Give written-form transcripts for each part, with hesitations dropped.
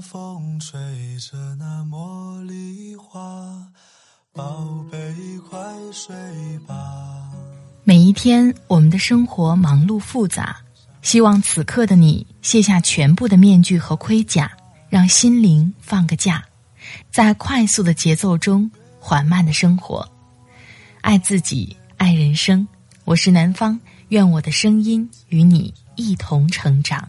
风吹着那茉莉花，宝贝快睡吧。 每一天，我们的生活忙碌复杂，希望此刻的你卸下全部的面具和盔甲，让心灵放个假，在快速的节奏中缓慢的生活，爱自己，爱人生。我是南方，愿我的声音与你一同成长。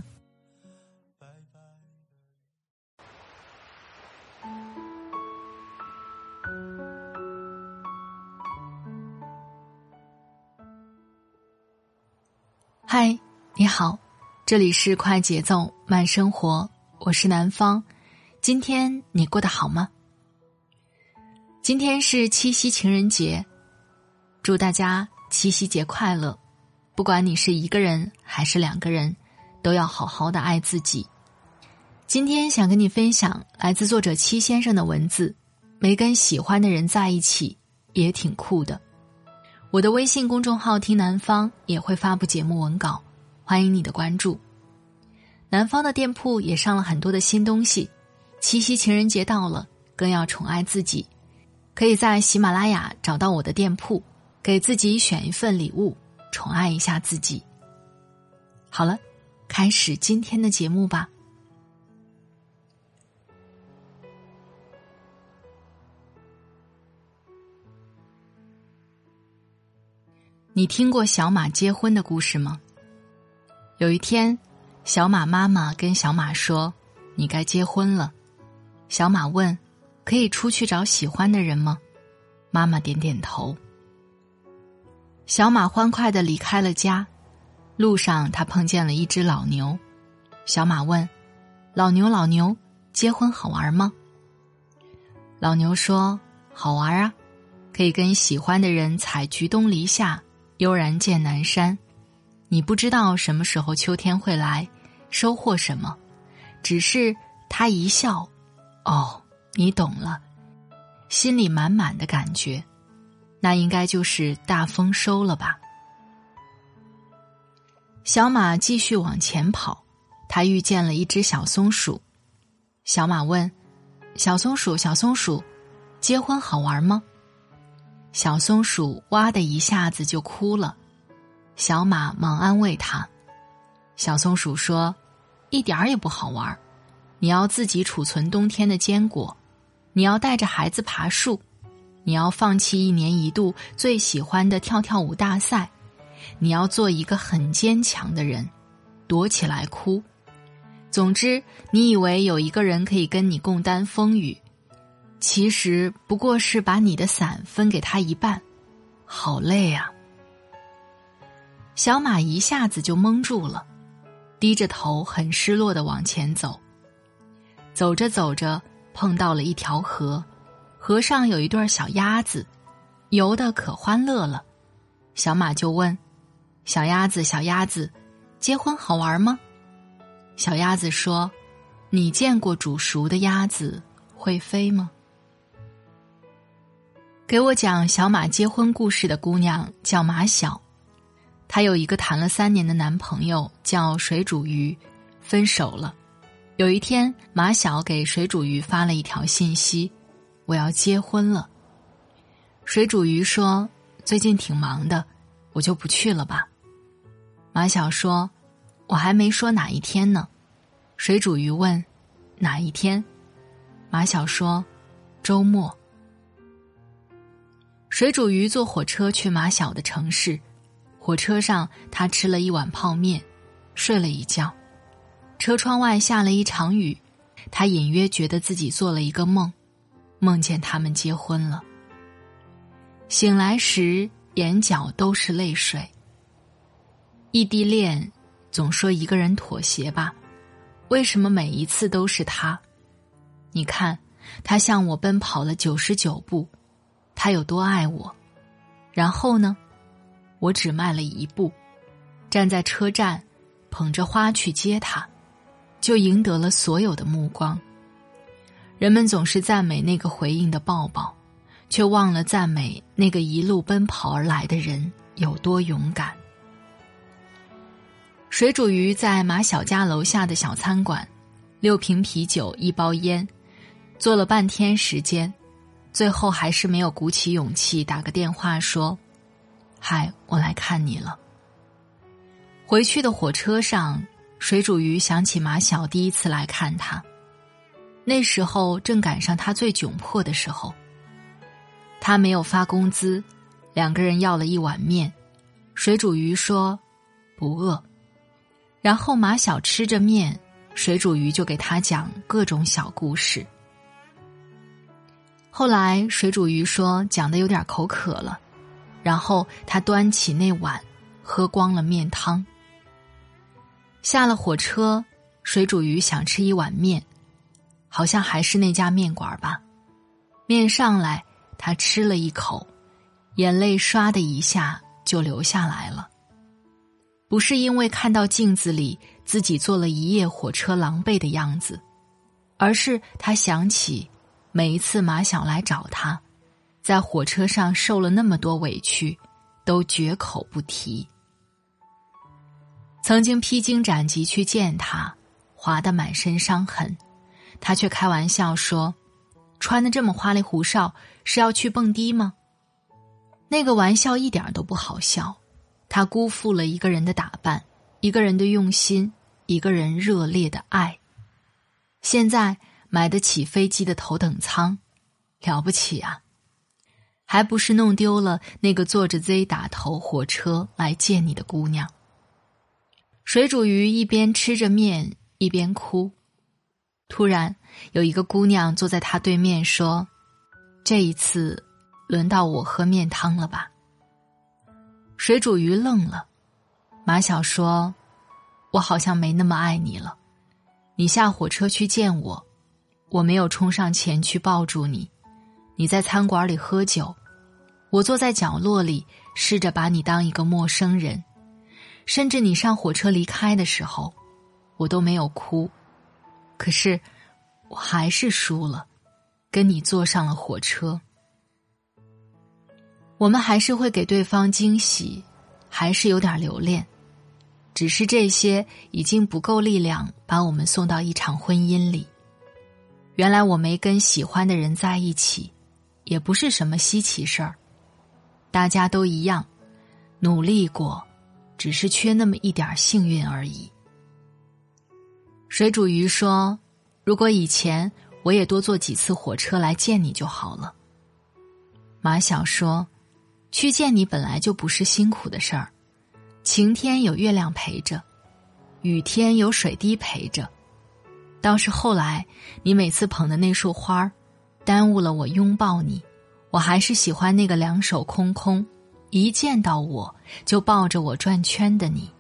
嗨，你好，这里是快节奏慢生活，我是南方。今天你过得好吗？今天是七夕情人节，祝大家七夕节快乐。不管你是一个人还是两个人，都要好好的爱自己。今天想跟你分享来自作者七先生的文字，没跟喜欢的人在一起也挺酷的。我的微信公众号听南方也会发布节目文稿，欢迎你的关注。南方的店铺也上了很多的新东西，七夕情人节到了，更要宠爱自己。可以在喜马拉雅找到我的店铺，给自己选一份礼物，宠爱一下自己。好了，开始今天的节目吧。你听过小马结婚的故事吗？有一天，小马妈妈跟小马说，你该结婚了。小马问，可以出去找喜欢的人吗？妈妈点点头。小马欢快地离开了家，路上他碰见了一只老牛。小马问，老牛老牛，结婚好玩吗？老牛说，好玩啊，可以跟喜欢的人采菊东篱下，悠然见南山。你不知道什么时候秋天会来，收获什么，只是他一笑，哦，你懂了，心里满满的感觉，那应该就是大丰收了吧。小马继续往前跑，他遇见了一只小松鼠。小马问，小松鼠小松鼠，结婚好玩吗？小松鼠哇的一下子就哭了。小马忙安慰他。小松鼠说，一点儿也不好玩，你要自己储存冬天的坚果，你要带着孩子爬树，你要放弃一年一度最喜欢的跳跳舞大赛，你要做一个很坚强的人，躲起来哭。总之，你以为有一个人可以跟你共担风雨，其实不过是把你的伞分给他一半，好累啊。小马一下子就懵住了，低着头很失落地往前走。走着走着，碰到了一条河，河上有一对小鸭子，游得可欢乐了。小马就问，小鸭子小鸭子，结婚好玩吗？小鸭子说，你见过煮熟的鸭子会飞吗？给我讲小马结婚故事的姑娘叫马晓，她有一个谈了3年的男朋友叫水煮鱼，分手了。有一天，马晓给水煮鱼发了一条信息，我要结婚了。水煮鱼说，最近挺忙的，我就不去了吧。马晓说，我还没说哪一天呢。水煮鱼问，哪一天？马晓说，周末。水煮鱼坐火车去马晓的城市，火车上他吃了一碗泡面，睡了一觉。车窗外下了一场雨，他隐约觉得自己做了一个梦，梦见他们结婚了。醒来时，眼角都是泪水。异地恋，总说一个人妥协吧，为什么每一次都是他？你看，他向我奔跑了99步，他有多爱我。然后呢，我只迈了1步，站在车站，捧着花去接他，就赢得了所有的目光。人们总是赞美那个回应的抱抱，却忘了赞美那个一路奔跑而来的人有多勇敢。水煮鱼在马晓家楼下的小餐馆 6瓶啤酒1包烟，做了半天时间，最后还是没有鼓起勇气打个电话说：嗨，我来看你了。回去的火车上，水煮鱼想起马小第一次来看他，那时候正赶上他最窘迫的时候。他没有发工资，2个人要了1碗面，水煮鱼说不饿。然后马小吃着面，水煮鱼就给他讲各种小故事。后来水煮鱼说讲得有点口渴了，然后他端起那碗喝光了面汤。下了火车，水煮鱼想吃1碗面，好像还是那家面馆吧。面上来，他吃了一口，眼泪唰的一下就流下来了。不是因为看到镜子里自己坐了1夜火车狼狈的样子，而是他想起每一次马小来找他，在火车上受了那么多委屈，都绝口不提。曾经披荆斩棘去见他，划得满身伤痕，他却开玩笑说，穿得这么花里胡哨是要去蹦迪吗？那个玩笑一点都不好笑，他辜负了一个人的打扮，一个人的用心，一个人热烈的爱。现在买得起飞机的头等舱，了不起啊！还不是弄丢了那个坐着 Z 打头火车来见你的姑娘。水煮鱼一边吃着面一边哭，突然有一个姑娘坐在他对面说，这一次轮到我喝面汤了吧？水煮鱼愣了。马小说，我好像没那么爱你了，你下火车去见我，我没有冲上前去抱住你，你在餐馆里喝酒，我坐在角落里试着把你当一个陌生人，甚至你上火车离开的时候，我都没有哭，可是我还是输了，跟你坐上了火车。我们还是会给对方惊喜，还是有点留恋，只是这些已经不够力量把我们送到一场婚姻里。原来我没跟喜欢的人在一起，也不是什么稀奇事儿，大家都一样，努力过，只是缺那么一点幸运而已。水煮鱼说，如果以前我也多坐几次火车来见你就好了。马小说，去见你本来就不是辛苦的事儿，晴天有月亮陪着，雨天有水滴陪着，倒是后来你每次捧的那束花，耽误了我拥抱你，我还是喜欢那个两手空空，一见到我就抱着我转圈的你。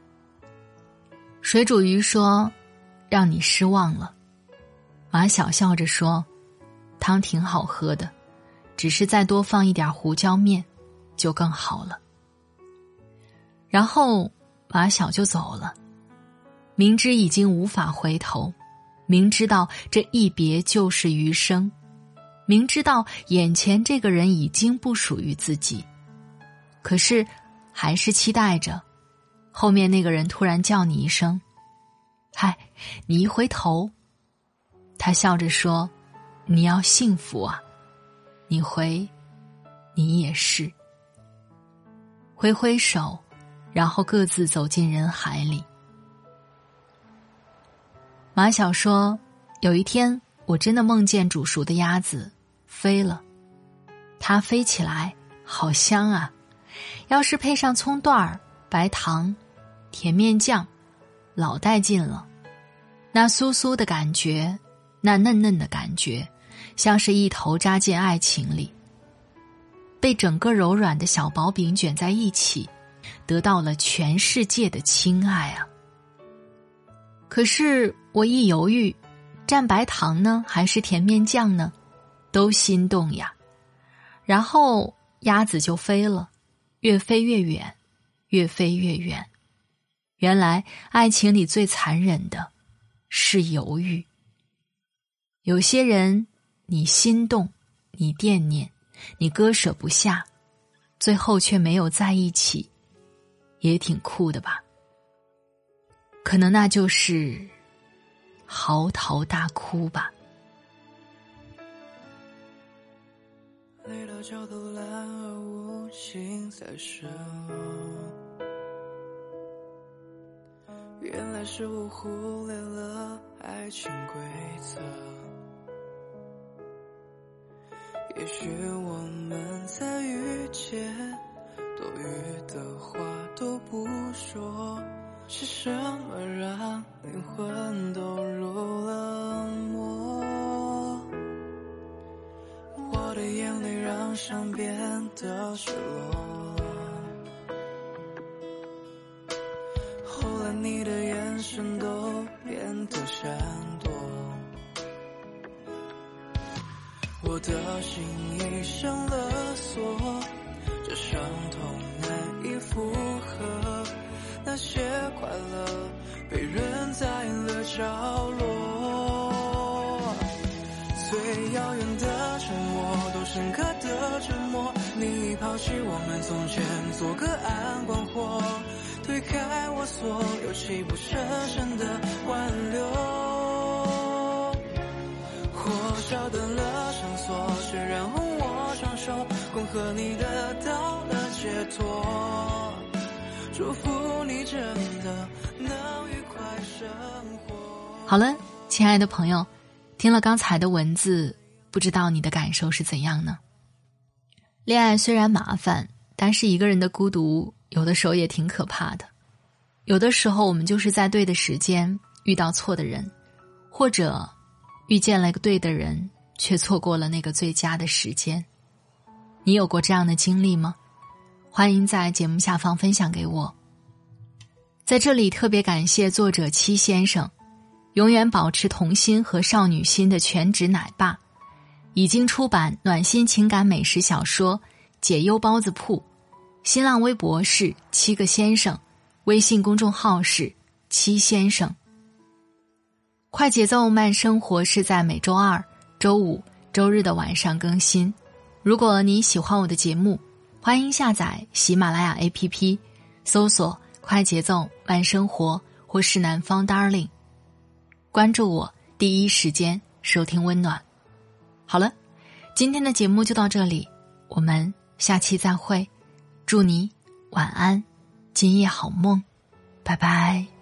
水煮鱼说，让你失望了。马小笑着说，汤挺好喝的，只是再多放一点胡椒面就更好了。然后马小就走了，明知已经无法回头，明知道这一别就是余生，明知道眼前这个人已经不属于自己，可是还是期待着后面那个人突然叫你一声，嗨，你一回头，他笑着说，你要幸福啊。你回，你也是。挥挥手，然后各自走进人海里。马小说，有一天我真的梦见煮熟的鸭子飞了，它飞起来好香啊，要是配上葱段儿、白糖、甜面酱，老带劲了。那酥酥的感觉，那嫩嫩的感觉，像是一头扎进爱情里，被整个柔软的小薄饼卷在一起，得到了全世界的亲爱啊。可是我一犹豫，蘸白糖呢还是甜面酱呢，都心动呀。然后鸭子就飞了，越飞越远，越飞越远。原来爱情里最残忍的是犹豫。有些人你心动，你惦念，你割舍不下，最后却没有在一起，也挺酷的吧。可能那就是嚎啕大哭吧。 累到焦头烂额，无心再生了，原来是我忽略了爱情规则。也许我们在遇见，多余的话都不说，是什么让灵魂都入了魔？我的眼泪让伤变得赤裸，后来你的眼神都变得闪躲，我的心已上了锁，这伤痛难以负荷，那些快乐被扔在了角落，最遥远的沉默都深刻的沉默，你抛弃我们从前做个暗光火，推开我所有泣不成声的挽留，或晓得了上锁，虽然哄我双手，恭贺你得到了解脱，祝福你真的能愉快生活。 好了，亲爱的朋友，听了刚才的文字，不知道你的感受是怎样呢？恋爱虽然麻烦，但是一个人的孤独有的时候也挺可怕的。有的时候我们就是在对的时间遇到错的人，或者遇见了一个对的人，却错过了那个最佳的时间。你有过这样的经历吗？欢迎在节目下方分享给我。在这里特别感谢作者戚先生，永远保持童心和少女心的全职奶爸，已经出版暖心情感美食小说《解忧包子铺》，新浪微博是七个先生，微信公众号是戚先生。快节奏慢生活是在每周二、周五、周日的晚上更新。如果你喜欢我的节目，欢迎下载喜马拉雅 APP， 搜索快节奏慢生活或是南方 Darling， 关注我，第一时间收听温暖。好了，今天的节目就到这里，我们下期再会，祝你晚安，今夜好梦，拜拜。